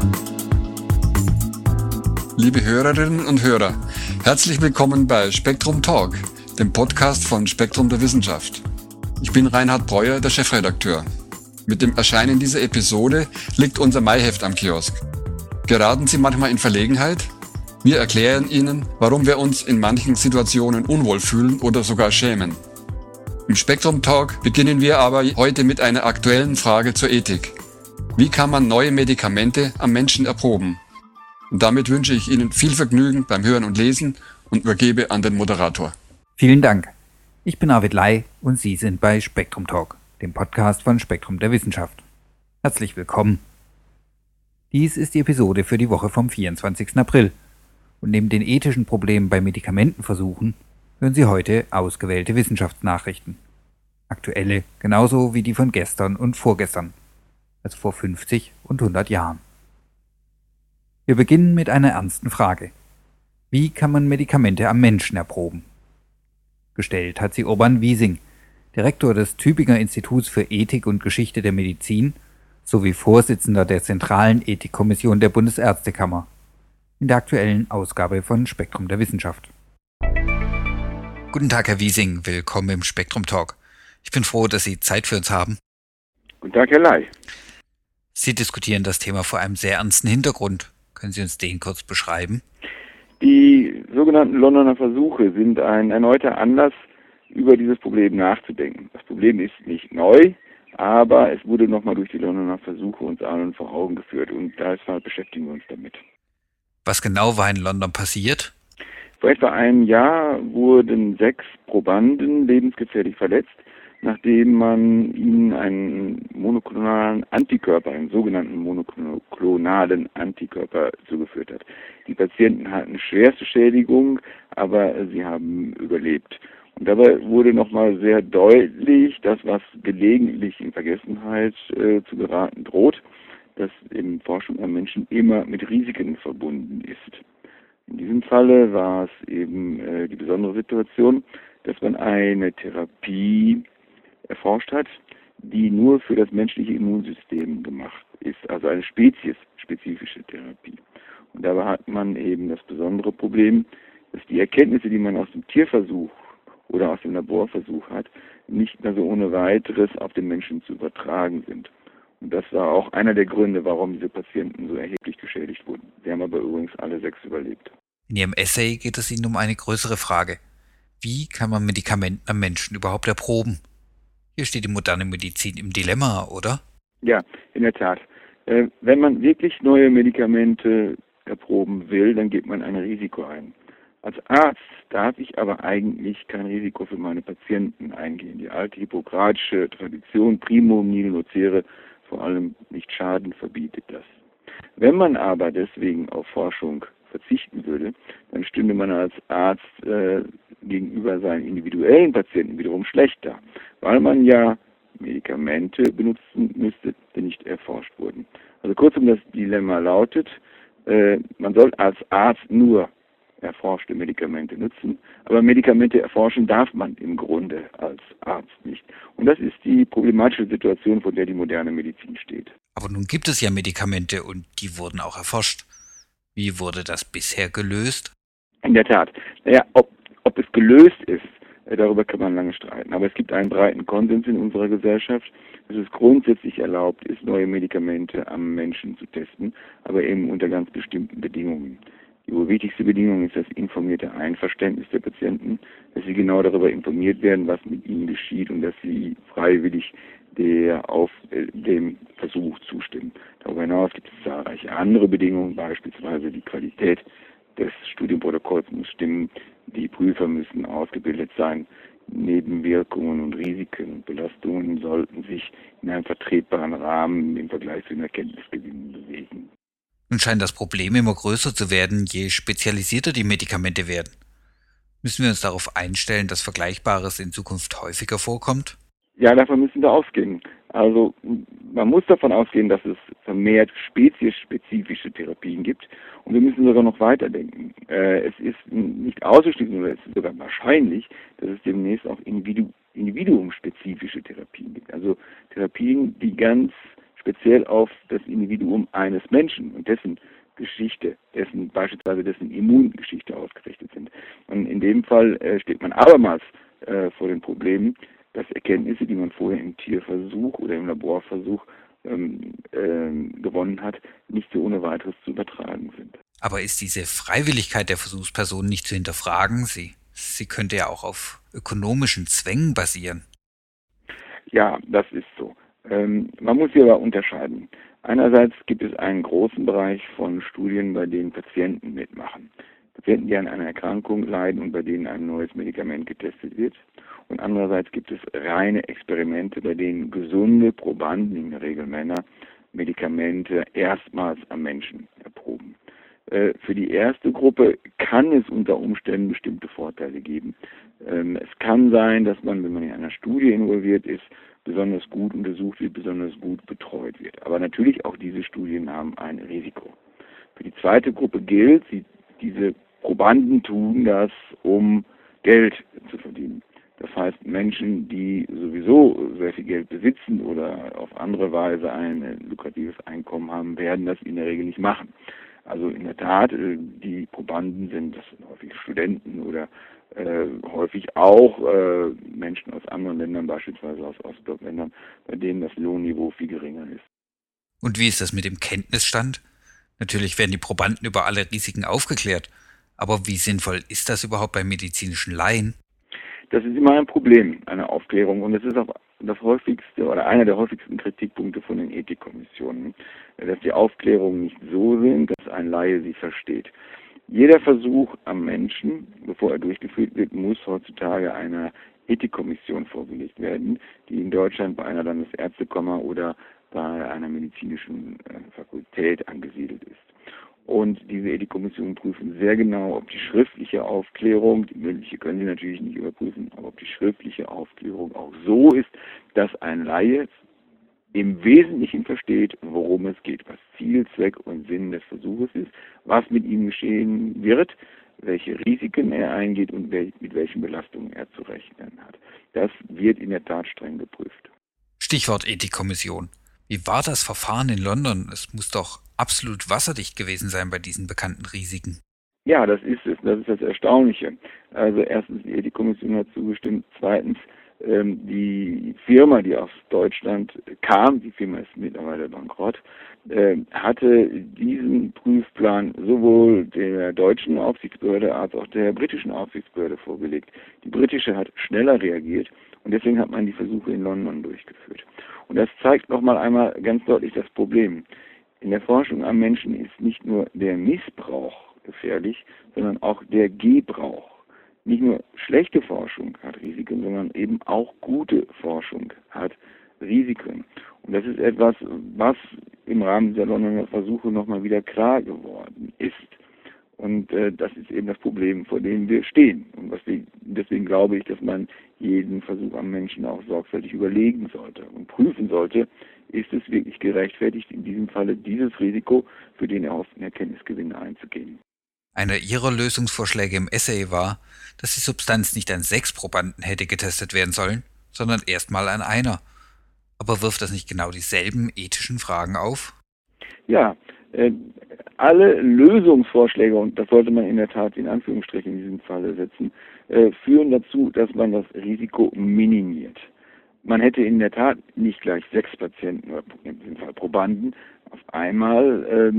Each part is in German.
Liebe Hörerinnen und Hörer, herzlich willkommen bei Spektrum Talk, dem Podcast von Spektrum der Wissenschaft. Ich bin Reinhard Breuer, der Chefredakteur. Mit dem Erscheinen dieser Episode liegt unser Maiheft am Kiosk. Geraten Sie manchmal in Verlegenheit? Wir erklären Ihnen, warum wir uns in manchen Situationen unwohl fühlen oder sogar schämen. Im Spektrum Talk beginnen wir aber heute mit einer aktuellen Frage zur Ethik. Wie kann man neue Medikamente am Menschen erproben? Und damit wünsche ich Ihnen viel Vergnügen beim Hören und Lesen und übergebe an den Moderator. Vielen Dank. Ich bin Arvid Lai und Sie sind bei Spektrum Talk, dem Podcast von Spektrum der Wissenschaft. Herzlich willkommen. Dies ist die Episode für die Woche vom 24. April. Und neben den ethischen Problemen bei Medikamentenversuchen hören Sie heute ausgewählte Wissenschaftsnachrichten. Aktuelle, genauso wie die von gestern und vorgestern, also vor 50 und 100 Jahren. Wir beginnen mit einer ernsten Frage. Wie kann man Medikamente am Menschen erproben? Gestellt hat sie Urban Wiesing, Direktor des Tübinger Instituts für Ethik und Geschichte der Medizin sowie Vorsitzender der Zentralen Ethikkommission der Bundesärztekammer, in der aktuellen Ausgabe von Spektrum der Wissenschaft. Guten Tag, Herr Wiesing, willkommen im Spektrum Talk. Ich bin froh, dass Sie Zeit für uns haben. Guten Tag, Herr Lai. Sie diskutieren das Thema vor einem sehr ernsten Hintergrund. Können Sie uns den kurz beschreiben? Die sogenannten Londoner Versuche sind ein erneuter Anlass, über dieses Problem nachzudenken. Das Problem ist nicht neu, aber es wurde nochmal durch die Londoner Versuche uns allen vor Augen geführt und deshalb beschäftigen wir uns damit. Was genau war in London passiert? Vor etwa einem Jahr wurden 6 Probanden lebensgefährlich verletzt, nachdem man ihnen einen monoklonalen Antikörper, einen sogenannten monoklonalen Antikörper zugeführt hat. Die Patienten hatten schwerste Schädigung, aber sie haben überlebt. Und dabei wurde nochmal sehr deutlich, dass was gelegentlich in Vergessenheit zu geraten droht, dass in Forschung am Menschen immer mit Risiken verbunden ist. In diesem Falle war es eben die besondere Situation, dass man eine Therapie erforscht hat, die nur für das menschliche Immunsystem gemacht ist, also eine speziesspezifische Therapie. Und dabei hat man eben das besondere Problem, dass die Erkenntnisse, die man aus dem Tierversuch oder aus dem Laborversuch hat, nicht mehr so ohne weiteres auf den Menschen zu übertragen sind. Und das war auch einer der Gründe, warum diese Patienten so erheblich geschädigt wurden. Sie haben aber übrigens alle 6 überlebt. In Ihrem Essay geht es Ihnen um eine größere Frage. Wie kann man Medikamenten am Menschen überhaupt erproben? Hier steht die moderne Medizin im Dilemma, oder? Ja, in der Tat. Wenn man wirklich neue Medikamente erproben will, dann geht man ein Risiko ein. Als Arzt darf ich aber eigentlich kein Risiko für meine Patienten eingehen. Die alte hippokratische Tradition primum nihil nocere, vor allem nicht Schaden, verbietet das. Wenn man aber deswegen auf Forschung verzichten würde, dann stünde man als Arzt gegenüber seinen individuellen Patienten wiederum schlechter, weil man ja Medikamente benutzen müsste, die nicht erforscht wurden. Also kurzum, das Dilemma lautet, man soll als Arzt nur erforschte Medikamente nutzen, aber Medikamente erforschen darf man im Grunde als Arzt nicht. Und das ist die problematische Situation, vor der die moderne Medizin steht. Aber nun gibt es ja Medikamente und die wurden auch erforscht. Wie wurde das bisher gelöst? In der Tat. Naja, ob es gelöst ist, darüber kann man lange streiten. Aber es gibt einen breiten Konsens in unserer Gesellschaft, dass es grundsätzlich erlaubt ist, neue Medikamente am Menschen zu testen, aber eben unter ganz bestimmten Bedingungen. Die wohl wichtigste Bedingung ist das informierte Einverständnis der Patienten, dass sie genau darüber informiert werden, was mit ihnen geschieht und dass sie freiwillig dem Versuch zustimmen. Darüber hinaus gibt es zahlreiche andere Bedingungen, beispielsweise die Qualität des Studienprotokolls muss stimmen, die Prüfer müssen ausgebildet sein, Nebenwirkungen und Risiken und Belastungen sollten sich in einem vertretbaren Rahmen im Vergleich zu den Erkenntnisgewinnen bewegen. Nun scheint das Problem immer größer zu werden, je spezialisierter die Medikamente werden. Müssen wir uns darauf einstellen, dass Vergleichbares in Zukunft häufiger vorkommt? Ja, davon müssen wir ausgehen. Also man muss davon ausgehen, dass es vermehrt speziesspezifische Therapien gibt. Und wir müssen sogar noch weiterdenken. Es ist nicht auszuschließen, oder es ist sogar wahrscheinlich, dass es demnächst auch individuumspezifische Therapien gibt. Also Therapien, die ganz speziell auf das Individuum eines Menschen und dessen Geschichte, beispielsweise dessen Immungeschichte ausgerichtet sind. Und in dem Fall steht man abermals vor dem Problem, dass Erkenntnisse, die man vorher im Tierversuch oder im Laborversuch gewonnen hat, nicht so ohne weiteres zu übertragen sind. Aber ist diese Freiwilligkeit der Versuchsperson nicht zu hinterfragen? Sie könnte ja auch auf ökonomischen Zwängen basieren. Ja, das ist so. Man muss hier aber unterscheiden. Einerseits gibt es einen großen Bereich von Studien, bei denen Patienten mitmachen. Patienten, die an einer Erkrankung leiden und bei denen ein neues Medikament getestet wird. Und andererseits gibt es reine Experimente, bei denen gesunde Probanden, in der Regel Männer, Medikamente erstmals am Menschen erproben. Für die erste Gruppe kann es unter Umständen bestimmte Vorteile geben. Es kann sein, dass man, wenn man in einer Studie involviert ist, besonders gut untersucht wird, besonders gut betreut wird. Aber natürlich auch diese Studien haben ein Risiko. Für die zweite Gruppe gilt, diese Probanden tun das, um Geld zu verdienen. Das heißt, Menschen, die sowieso sehr viel Geld besitzen oder auf andere Weise ein lukratives Einkommen haben, werden das in der Regel nicht machen. Also in der Tat, die Probanden das sind häufig Studenten oder häufig auch Menschen aus anderen Ländern, beispielsweise aus Ostblockländern, bei denen das Lohnniveau viel geringer ist. Und wie ist das mit dem Kenntnisstand? Natürlich werden die Probanden über alle Risiken aufgeklärt. Aber wie sinnvoll ist das überhaupt bei medizinischen Laien? Das ist immer ein Problem, eine Aufklärung. Und das ist auch das häufigste oder einer der häufigsten Kritikpunkte von den Ethikkommissionen, dass die Aufklärungen nicht so sind, dass ein Laie sie versteht. Jeder Versuch am Menschen, bevor er durchgeführt wird, muss heutzutage einer Ethikkommission vorgelegt werden, die in Deutschland bei einer Landesärztekammer oder bei einer medizinischen Fakultät angesiedelt ist. Und diese Ethikkommissionen prüfen sehr genau, ob die schriftliche Aufklärung, die mündliche können sie natürlich nicht überprüfen, aber ob die schriftliche Aufklärung auch so ist, dass ein Laie im Wesentlichen versteht, worum es geht, was Ziel, Zweck und Sinn des Versuches ist, was mit ihm geschehen wird, welche Risiken er eingeht und mit welchen Belastungen er zu rechnen hat. Das wird in der Tat streng geprüft. Stichwort Ethikkommission. Wie war das Verfahren in London? Es muss doch absolut wasserdicht gewesen sein bei diesen bekannten Risiken. Ja, das ist es. Das ist das Erstaunliche. Also erstens, die Ethikkommission hat zugestimmt. Zweitens, die Firma, die aus Deutschland kam, die Firma ist mittlerweile bankrott, hatte diesen Prüfplan sowohl der deutschen Aufsichtsbehörde als auch der britischen Aufsichtsbehörde vorgelegt. Die britische hat schneller reagiert und deswegen hat man die Versuche in London durchgeführt. Und das zeigt nochmal einmal ganz deutlich das Problem. In der Forschung am Menschen ist nicht nur der Missbrauch gefährlich, sondern auch der Gebrauch. Nicht nur schlechte Forschung hat Risiken, sondern eben auch gute Forschung hat Risiken. Und das ist etwas, was im Rahmen dieser Londoner Versuche nochmal wieder klar geworden ist. Und das ist eben das Problem, vor dem wir stehen. Und deswegen glaube ich, dass man jeden Versuch am Menschen auch sorgfältig überlegen sollte und prüfen sollte, ist es wirklich gerechtfertigt, in diesem Falle dieses Risiko für den erhofften Erkenntnisgewinn einzugehen. Einer Ihrer Lösungsvorschläge im Essay war, dass die Substanz nicht an 6 Probanden hätte getestet werden sollen, sondern erstmal an einer. Aber wirft das nicht genau dieselben ethischen Fragen auf? Ja, alle Lösungsvorschläge, und das sollte man in der Tat in Anführungsstrichen in diesem Falle setzen, führen dazu, dass man das Risiko minimiert. Man hätte in der Tat nicht gleich 6 Patienten oder in diesem Fall Probanden auf einmal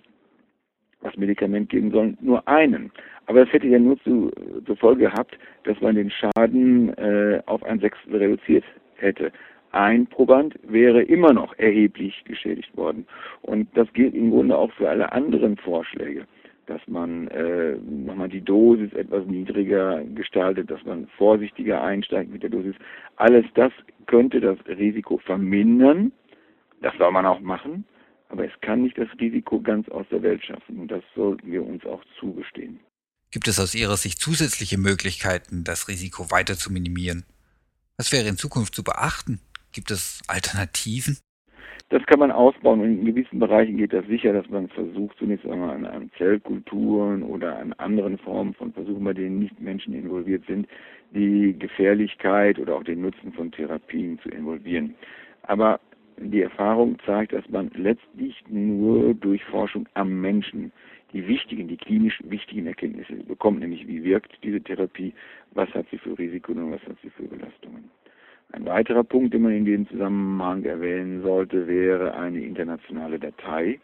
das Medikament geben sollen, nur einen. Aber das hätte ja nur zur Folge gehabt, dass man den Schaden auf ein Sechstel reduziert hätte. Ein Proband wäre immer noch erheblich geschädigt worden. Und das gilt im Grunde auch für alle anderen Vorschläge, dass man nochmal die Dosis etwas niedriger gestaltet, dass man vorsichtiger einsteigt mit der Dosis. Alles das könnte das Risiko vermindern. Das soll man auch machen. Aber es kann nicht das Risiko ganz aus der Welt schaffen. Und das sollten wir uns auch zugestehen. Gibt es aus Ihrer Sicht zusätzliche Möglichkeiten, das Risiko weiter zu minimieren? Was wäre in Zukunft zu beachten? Gibt es Alternativen? Das kann man ausbauen und in gewissen Bereichen geht das sicher, dass man versucht, zunächst einmal an Zellkulturen oder an anderen Formen von Versuchen, bei denen nicht Menschen involviert sind, die Gefährlichkeit oder auch den Nutzen von Therapien zu involvieren. Aber die Erfahrung zeigt, dass man letztlich nur durch Forschung am Menschen die klinisch wichtigen Erkenntnisse bekommt, nämlich wie wirkt diese Therapie, was hat sie für Risiken und was hat sie für Belastungen. Ein weiterer Punkt, den man in diesem Zusammenhang erwähnen sollte, wäre eine internationale Datei,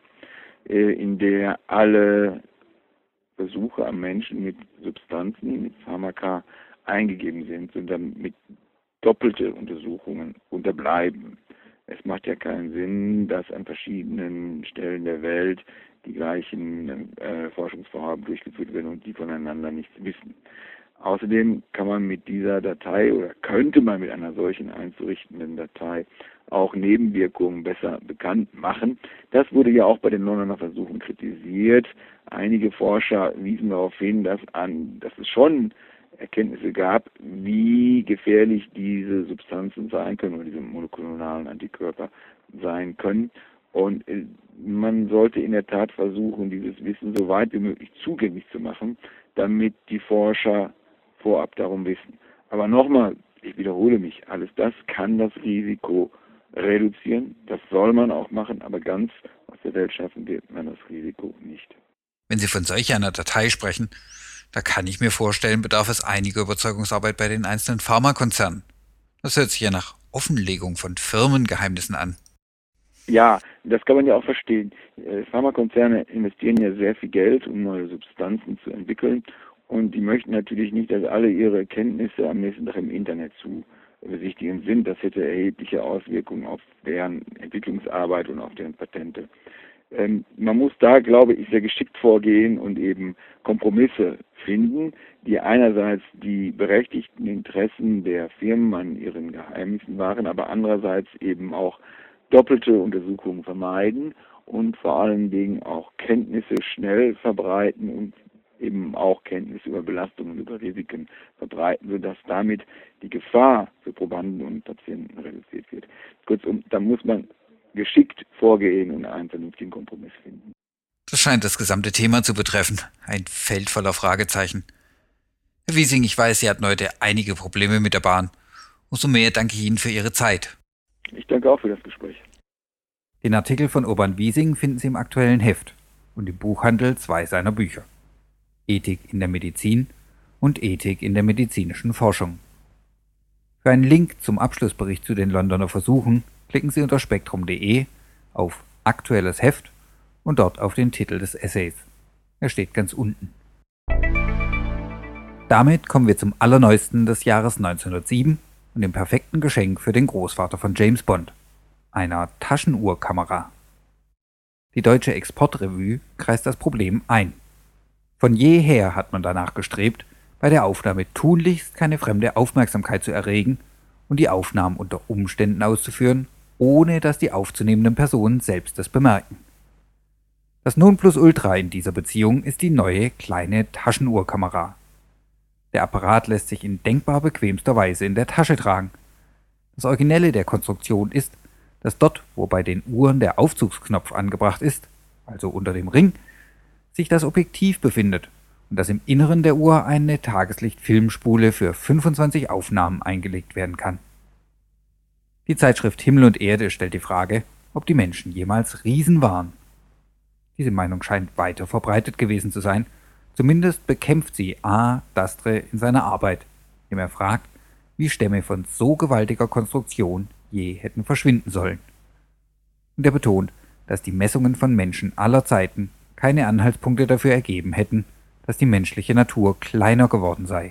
in der alle Versuche am Menschen mit Substanzen, mit Pharmaka eingegeben sind und damit doppelte Untersuchungen unterbleiben. Es macht ja keinen Sinn, dass an verschiedenen Stellen der Welt die gleichen Forschungsvorhaben durchgeführt werden und die voneinander nichts wissen. Außerdem kann man mit dieser Datei oder könnte man mit einer solchen einzurichtenden Datei auch Nebenwirkungen besser bekannt machen. Das wurde ja auch bei den Londoner Versuchen kritisiert. Einige Forscher wiesen darauf hin, dass es schon Erkenntnisse gab, wie gefährlich diese Substanzen sein können oder diese monoklonalen Antikörper sein können. Und man sollte in der Tat versuchen, dieses Wissen so weit wie möglich zugänglich zu machen, damit die Forscher vorab darum wissen. Aber nochmal, ich wiederhole mich, alles das kann das Risiko reduzieren. Das soll man auch machen, aber ganz aus der Welt schaffen wird man das Risiko nicht. Wenn Sie von solch einer Datei sprechen, da kann ich mir vorstellen, bedarf es einiger Überzeugungsarbeit bei den einzelnen Pharmakonzernen. Das hört sich ja nach Offenlegung von Firmengeheimnissen an. Ja, das kann man ja auch verstehen. Pharmakonzerne investieren ja sehr viel Geld, um neue Substanzen zu entwickeln. Und die möchten natürlich nicht, dass alle ihre Erkenntnisse am nächsten Tag im Internet zu besichtigen sind. Das hätte erhebliche Auswirkungen auf deren Entwicklungsarbeit und auf deren Patente. Man muss da, glaube ich, sehr geschickt vorgehen und eben Kompromisse finden, die einerseits die berechtigten Interessen der Firmen an ihren Geheimnissen wahren, aber andererseits eben auch doppelte Untersuchungen vermeiden und vor allen Dingen auch Kenntnisse schnell verbreiten und eben auch Kenntnisse über Belastungen und über Risiken verbreiten, sodass damit die Gefahr für Probanden und Patienten reduziert wird. Kurzum, da muss man geschickt vorgehen und einen vernünftigen Kompromiss finden. Das scheint das gesamte Thema zu betreffen. Ein Feld voller Fragezeichen. Herr Wiesing, ich weiß, Sie hatten heute einige Probleme mit der Bahn. Umso mehr danke ich Ihnen für Ihre Zeit. Ich danke auch für das Gespräch. Den Artikel von Urban Wiesing finden Sie im aktuellen Heft und im Buchhandel 2 seiner Bücher. Ethik in der Medizin und Ethik in der medizinischen Forschung. Für einen Link zum Abschlussbericht zu den Londoner Versuchen klicken Sie unter spektrum.de auf Aktuelles Heft und dort auf den Titel des Essays. Er steht ganz unten. Damit kommen wir zum Allerneuesten des Jahres 1907 und dem perfekten Geschenk für den Großvater von James Bond, einer Taschenuhrkamera. Die Deutsche Exportrevue kreist das Problem ein. Von jeher hat man danach gestrebt, bei der Aufnahme tunlichst keine fremde Aufmerksamkeit zu erregen und die Aufnahmen unter Umständen auszuführen, ohne dass die aufzunehmenden Personen selbst es bemerken. Das Nonplusultra in dieser Beziehung ist die neue kleine Taschenuhrkamera. Der Apparat lässt sich in denkbar bequemster Weise in der Tasche tragen. Das Originelle der Konstruktion ist, dass dort, wo bei den Uhren der Aufzugsknopf angebracht ist, also unter dem Ring, sich das Objektiv befindet und dass im Inneren der Uhr eine Tageslichtfilmspule für 25 Aufnahmen eingelegt werden kann. Die Zeitschrift Himmel und Erde stellt die Frage, ob die Menschen jemals Riesen waren. Diese Meinung scheint weiter verbreitet gewesen zu sein. Zumindest bekämpft sie A. Dastre in seiner Arbeit, indem er fragt, wie Stämme von so gewaltiger Konstruktion je hätten verschwinden sollen. Und er betont, dass die Messungen von Menschen aller Zeiten keine Anhaltspunkte dafür ergeben hätten, dass die menschliche Natur kleiner geworden sei.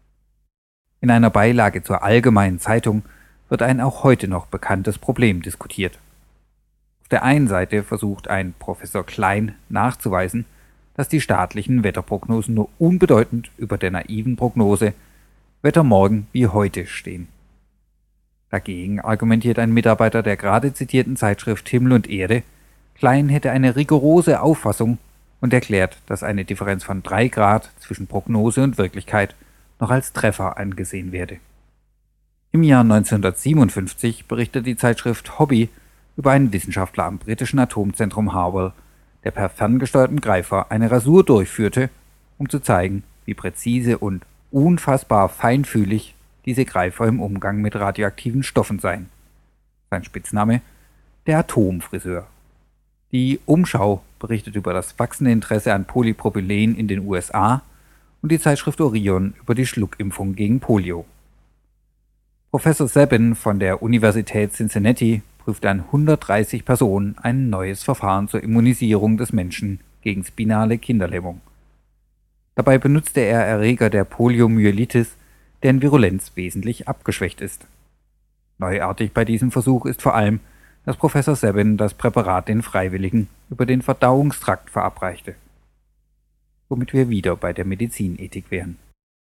In einer Beilage zur Allgemeinen Zeitung wird ein auch heute noch bekanntes Problem diskutiert. Auf der einen Seite versucht ein Professor Klein nachzuweisen, dass die staatlichen Wetterprognosen nur unbedeutend über der naiven Prognose Wetter morgen wie heute stehen. Dagegen argumentiert ein Mitarbeiter der gerade zitierten Zeitschrift Himmel und Erde, Klein hätte eine rigorose Auffassung und erklärt, dass eine Differenz von 3 Grad zwischen Prognose und Wirklichkeit noch als Treffer angesehen werde. Im Jahr 1957 berichtet die Zeitschrift Hobby über einen Wissenschaftler am britischen Atomzentrum Harwell, der per ferngesteuerten Greifer eine Rasur durchführte, um zu zeigen, wie präzise und unfassbar feinfühlig diese Greifer im Umgang mit radioaktiven Stoffen seien. Sein Spitzname: Der Atomfriseur. Die Umschau berichtet über das wachsende Interesse an Polypropylen in den USA und die Zeitschrift Orion über die Schluckimpfung gegen Polio. Professor Sabin von der Universität Cincinnati prüft an 130 Personen ein neues Verfahren zur Immunisierung des Menschen gegen spinale Kinderlähmung. Dabei benutzte er Erreger der Poliomyelitis, deren Virulenz wesentlich abgeschwächt ist. Neuartig bei diesem Versuch ist vor allem, dass Professor Sabin das Präparat den Freiwilligen über den Verdauungstrakt verabreichte. Womit wir wieder bei der Medizinethik wären.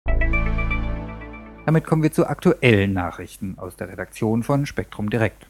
Damit kommen wir zu aktuellen Nachrichten aus der Redaktion von Spektrum Direkt.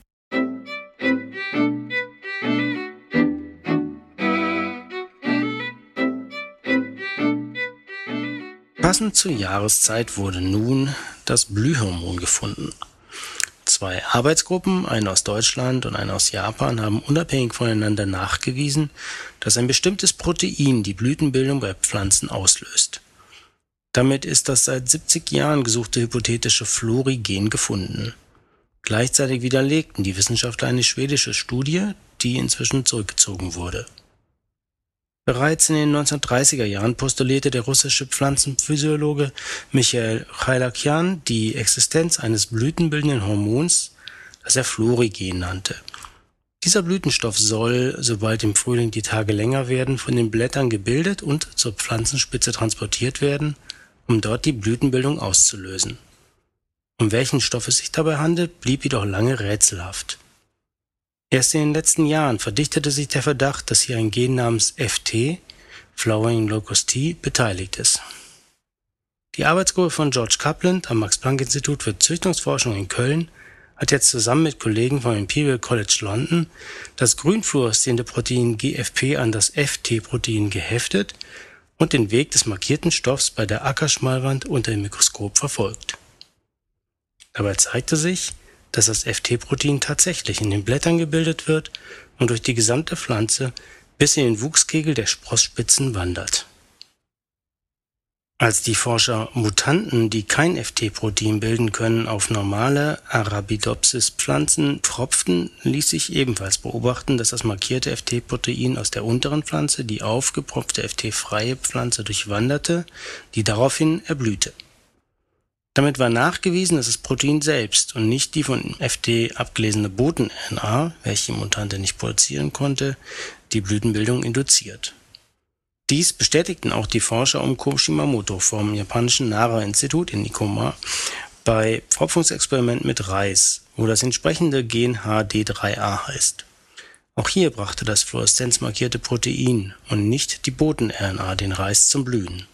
Passend zur Jahreszeit wurde nun das Blühhormon gefunden. 2 Arbeitsgruppen, eine aus Deutschland und eine aus Japan, haben unabhängig voneinander nachgewiesen, dass ein bestimmtes Protein die Blütenbildung bei Pflanzen auslöst. Damit ist das seit 70 Jahren gesuchte hypothetische Florigen gefunden. Gleichzeitig widerlegten die Wissenschaftler eine schwedische Studie, die inzwischen zurückgezogen wurde. Bereits in den 1930er Jahren postulierte der russische Pflanzenphysiologe Michail Chailakian die Existenz eines blütenbildenden Hormons, das er Florigen nannte. Dieser Blütenstoff soll, sobald im Frühling die Tage länger werden, von den Blättern gebildet und zur Pflanzenspitze transportiert werden, um dort die Blütenbildung auszulösen. Um welchen Stoff es sich dabei handelt, blieb jedoch lange rätselhaft. Erst in den letzten Jahren verdichtete sich der Verdacht, dass hier ein Gen namens FT, Flowering Locust T, beteiligt ist. Die Arbeitsgruppe von George Kaplan am Max-Planck-Institut für Züchtungsforschung in Köln hat jetzt zusammen mit Kollegen vom Imperial College London das grünfluoreszierende Protein GFP an das FT-Protein geheftet und den Weg des markierten Stoffs bei der Ackerschmalwand unter dem Mikroskop verfolgt. Dabei zeigte sich, dass das FT-Protein tatsächlich in den Blättern gebildet wird und durch die gesamte Pflanze bis in den Wuchskegel der Sprossspitzen wandert. Als die Forscher Mutanten, die kein FT-Protein bilden können, auf normale Arabidopsis-Pflanzen pfropften, ließ sich ebenfalls beobachten, dass das markierte FT-Protein aus der unteren Pflanze die aufgepropfte FT-freie Pflanze durchwanderte, die daraufhin erblühte. Damit war nachgewiesen, dass das Protein selbst und nicht die von FT abgelesene Boten-RNA, welche die Mutante nicht produzieren konnte, die Blütenbildung induziert. Dies bestätigten auch die Forscher um Ko Shimamoto vom japanischen Nara-Institut in Ikoma bei Pfropfungsexperimenten mit Reis, wo das entsprechende Gen HD3A heißt. Auch hier brachte das fluoreszenzmarkierte Protein und nicht die Boten-RNA den Reis zum Blühen.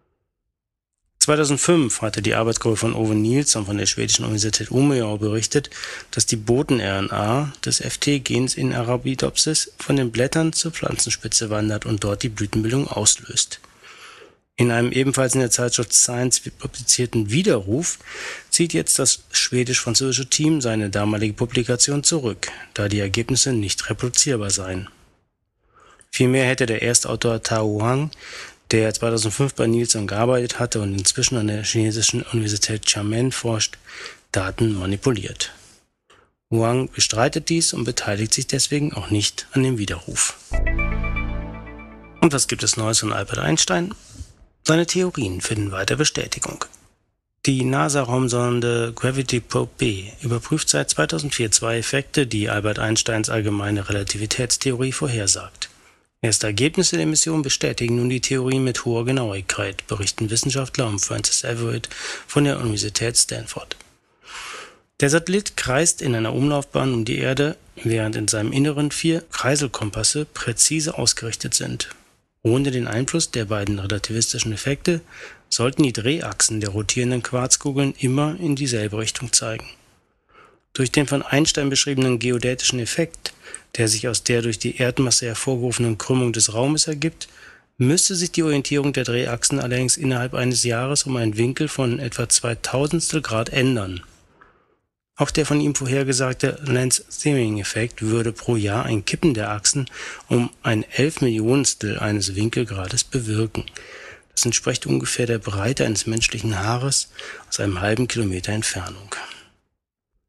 2005 hatte die Arbeitsgruppe von Ove Nilsson von der schwedischen Universität Umeå berichtet, dass die Boten-RNA des FT-Gens in Arabidopsis von den Blättern zur Pflanzenspitze wandert und dort die Blütenbildung auslöst. In einem ebenfalls in der Zeitschrift Science publizierten Widerruf zieht jetzt das schwedisch-französische Team seine damalige Publikation zurück, da die Ergebnisse nicht reproduzierbar seien. Vielmehr hätte der Erstautor Tao Wang, der 2005 bei Nilsson gearbeitet hatte und inzwischen an der chinesischen Universität Xiamen forscht, Daten manipuliert. Wang bestreitet dies und beteiligt sich deswegen auch nicht an dem Widerruf. Und was gibt es Neues von Albert Einstein? Seine Theorien finden weiter Bestätigung. Die NASA-Raumsonde Gravity Probe B überprüft seit 2004 2 Effekte, die Albert Einsteins allgemeine Relativitätstheorie vorhersagt. Erste Ergebnisse der Mission bestätigen nun die Theorien mit hoher Genauigkeit, berichten Wissenschaftler um Francis Everett von der Universität Stanford. Der Satellit kreist in einer Umlaufbahn um die Erde, während in seinem Inneren 4 Kreiselkompasse präzise ausgerichtet sind. Ohne den Einfluss der beiden relativistischen Effekte sollten die Drehachsen der rotierenden Quarzkugeln immer in dieselbe Richtung zeigen. Durch den von Einstein beschriebenen geodätischen Effekt, der sich aus der durch die Erdmasse hervorgerufenen Krümmung des Raumes ergibt, müsste sich die Orientierung der Drehachsen allerdings innerhalb eines Jahres um einen Winkel von etwa 0,02 Grad ändern. Auch der von ihm vorhergesagte Lenz-Thirring-Effekt würde pro Jahr ein Kippen der Achsen um ein 11 eines Winkelgrades bewirken. Das entspricht ungefähr der Breite eines menschlichen Haares aus einem halben Kilometer Entfernung.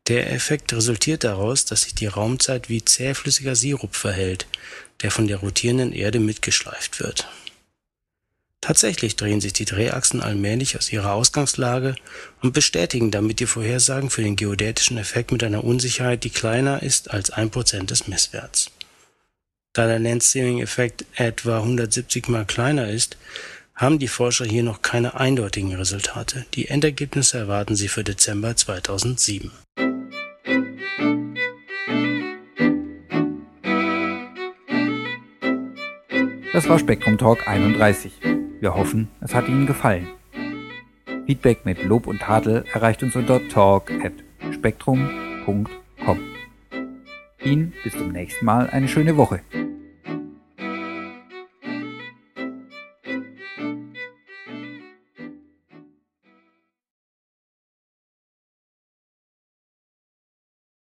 Der Effekt resultiert daraus, dass sich die Raumzeit wie zähflüssiger Sirup verhält, der von der rotierenden Erde mitgeschleift wird. Tatsächlich drehen sich die Drehachsen allmählich aus ihrer Ausgangslage und bestätigen damit die Vorhersagen für den geodätischen Effekt mit einer Unsicherheit, die kleiner ist als 1% des Messwerts. Da der Land-Steering-Effekt etwa 170 mal kleiner ist, haben die Forscher hier noch keine eindeutigen Resultate. Die Endergebnisse erwarten sie für Dezember 2007. Das war Spektrum Talk 31. Wir hoffen, es hat Ihnen gefallen. Feedback mit Lob und Tadel erreicht uns unter talk@spektrum.com. Ihnen bis zum nächsten Mal eine schöne Woche.